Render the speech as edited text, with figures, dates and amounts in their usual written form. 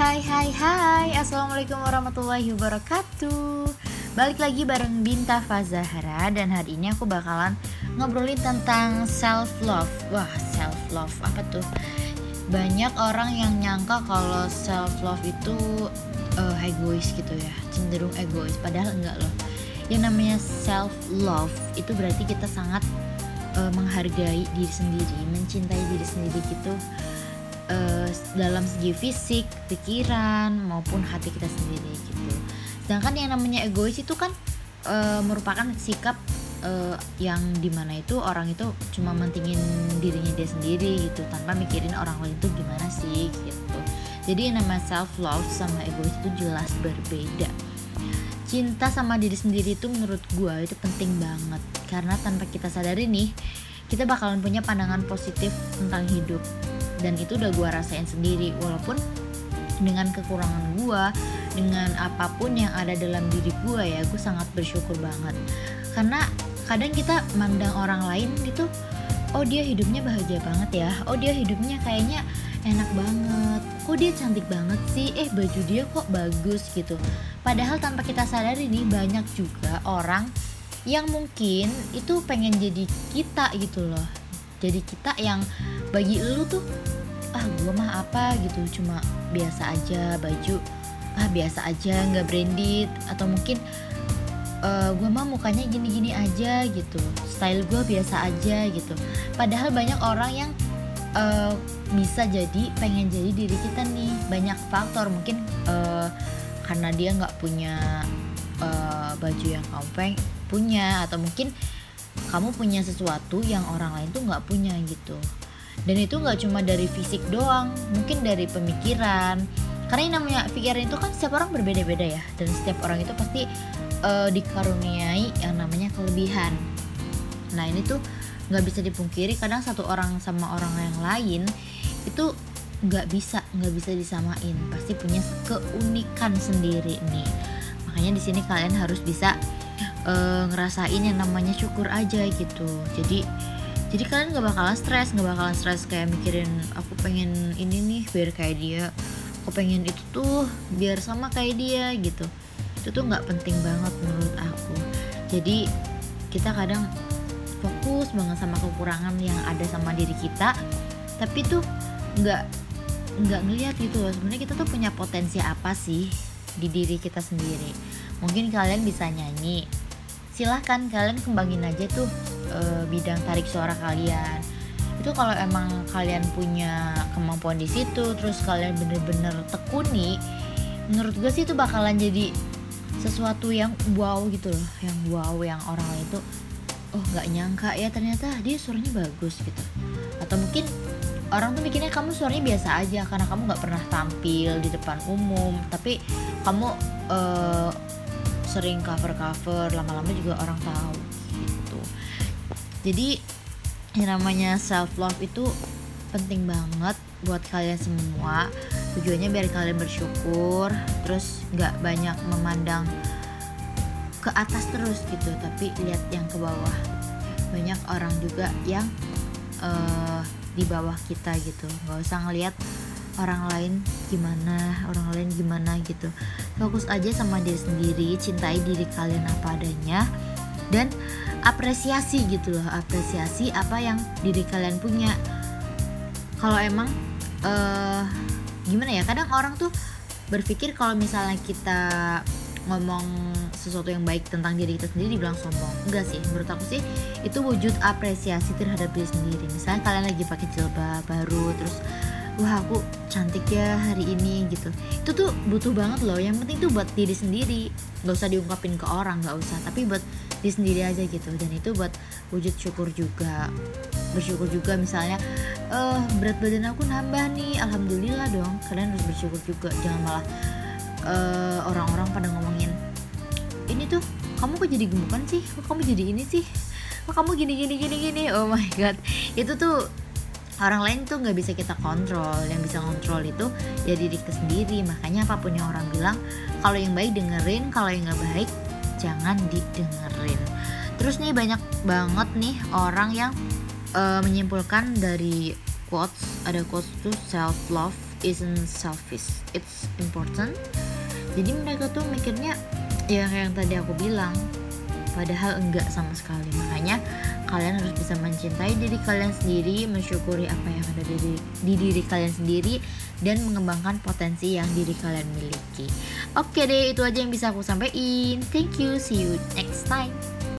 Hai, Assalamualaikum warahmatullahi wabarakatuh. Balik lagi bareng Binta Fazahara. Dan hari ini aku bakalan ngobrolin tentang self-love. Wah, self-love apa tuh? Banyak orang yang nyangka kalau self-love itu egois gitu ya, cenderung egois. Padahal enggak loh. Yang namanya self-love itu berarti kita sangat menghargai diri sendiri, mencintai diri sendiri gitu, dalam segi fisik, pikiran maupun hati kita sendiri gitu. Sedangkan yang namanya egois itu kan merupakan sikap yang dimana itu orang itu cuma mentingin dirinya dia sendiri gitu, tanpa mikirin orang lain itu gimana sih gitu. Jadi yang namanya self love sama egois itu jelas berbeda. Cinta sama diri sendiri itu menurut gue itu penting banget, karena tanpa kita sadari nih, kita bakalan punya pandangan positif tentang hidup. Dan itu udah gue rasain sendiri, walaupun dengan kekurangan gue, dengan apapun yang ada dalam diri gue ya, gue sangat bersyukur banget. Karena kadang kita mandang orang lain gitu, oh dia hidupnya bahagia banget ya, oh dia hidupnya kayaknya enak banget, kok dia cantik banget sih, baju dia kok bagus gitu. Padahal tanpa kita sadari nih, banyak juga orang yang mungkin itu pengen jadi kita gitu loh. Jadi kita yang bagi lu tuh, gue mah apa gitu, cuma biasa aja, baju biasa aja, nggak branded, atau mungkin gue mah mukanya gini-gini aja gitu, style gue biasa aja gitu. Padahal banyak orang yang bisa jadi pengen jadi diri kita nih. Banyak faktor, mungkin karena dia nggak punya baju yang kamu punya, atau mungkin kamu punya sesuatu yang orang lain tuh nggak punya gitu. Dan itu nggak cuma dari fisik doang, mungkin dari pemikiran. Karena yang namanya pikiran itu kan setiap orang berbeda-beda ya, dan setiap orang itu pasti dikaruniai yang namanya kelebihan. Nah ini tuh nggak bisa dipungkiri, kadang satu orang sama orang yang lain itu nggak bisa disamain, pasti punya keunikan sendiri nih. Makanya di sini kalian harus bisa ngerasain yang namanya syukur aja gitu. Jadi kalian gak bakalan stres kayak mikirin aku pengen ini nih biar kayak dia, aku pengen itu tuh biar sama kayak dia gitu. Itu tuh gak penting banget menurut aku. Jadi kita kadang fokus banget sama kekurangan yang ada sama diri kita, tapi tuh gak ngeliat gitu loh, sebenarnya kita tuh punya potensi apa sih di diri kita sendiri. Mungkin kalian bisa nyanyi, silahkan kalian kembangin aja tuh bidang tarik suara kalian. Itu kalau emang kalian punya kemampuan di situ, terus kalian bener-bener tekuni, menurut gue sih itu bakalan jadi sesuatu yang wow gitu loh, yang orang lain tuh nggak nyangka ya ternyata dia suaranya bagus gitu. Atau mungkin orang tuh mikirnya kamu suaranya biasa aja karena kamu nggak pernah tampil di depan umum, tapi kamu sering cover, lama-lama juga orang tahu gitu. Jadi yang namanya self love itu penting banget buat kalian semua. Tujuannya biar kalian bersyukur, terus nggak banyak memandang ke atas terus gitu, tapi lihat yang ke bawah. Banyak orang juga yang di bawah kita gitu, nggak usah ngelihat orang lain gimana gitu. Fokus aja sama diri sendiri, cintai diri kalian apa adanya, dan apresiasi gitu loh, apresiasi apa yang diri kalian punya. Kalau emang gimana ya, kadang orang tuh berpikir kalau misalnya kita ngomong sesuatu yang baik tentang diri kita sendiri dibilang sombong. Enggak sih, menurut aku sih itu wujud apresiasi terhadap diri sendiri. Misalnya kalian lagi pakai jilbab baru, terus wah aku cantik ya hari ini gitu, itu tuh butuh banget loh. Yang penting tuh buat diri sendiri, gak usah diungkapin ke orang, gak usah, tapi buat diri sendiri aja gitu. Dan itu buat wujud syukur juga, bersyukur juga. Misalnya berat badan aku nambah nih, alhamdulillah dong, kalian harus bersyukur juga. Jangan malah orang-orang pada ngomongin, ini tuh kamu kok jadi gemukan sih, kok kamu jadi ini sih, kok kamu gini. Oh my god, itu tuh orang lain tuh nggak bisa kita kontrol. Yang bisa kontrol itu ya diri kita sendiri. Makanya apapun yang orang bilang, kalau yang baik dengerin, kalau yang nggak baik jangan didengerin. Terus nih banyak banget nih orang yang menyimpulkan dari quotes, ada quotes tuh self love isn't selfish, it's important. Jadi mereka tuh mikirnya ya kayak yang tadi aku bilang, padahal enggak sama sekali. Makanya kalian harus bisa mencintai diri kalian sendiri, mensyukuri apa yang ada di diri kalian sendiri, dan mengembangkan potensi yang diri kalian miliki. Oke deh, itu aja yang bisa aku sampaikan. Thank you, see you next time.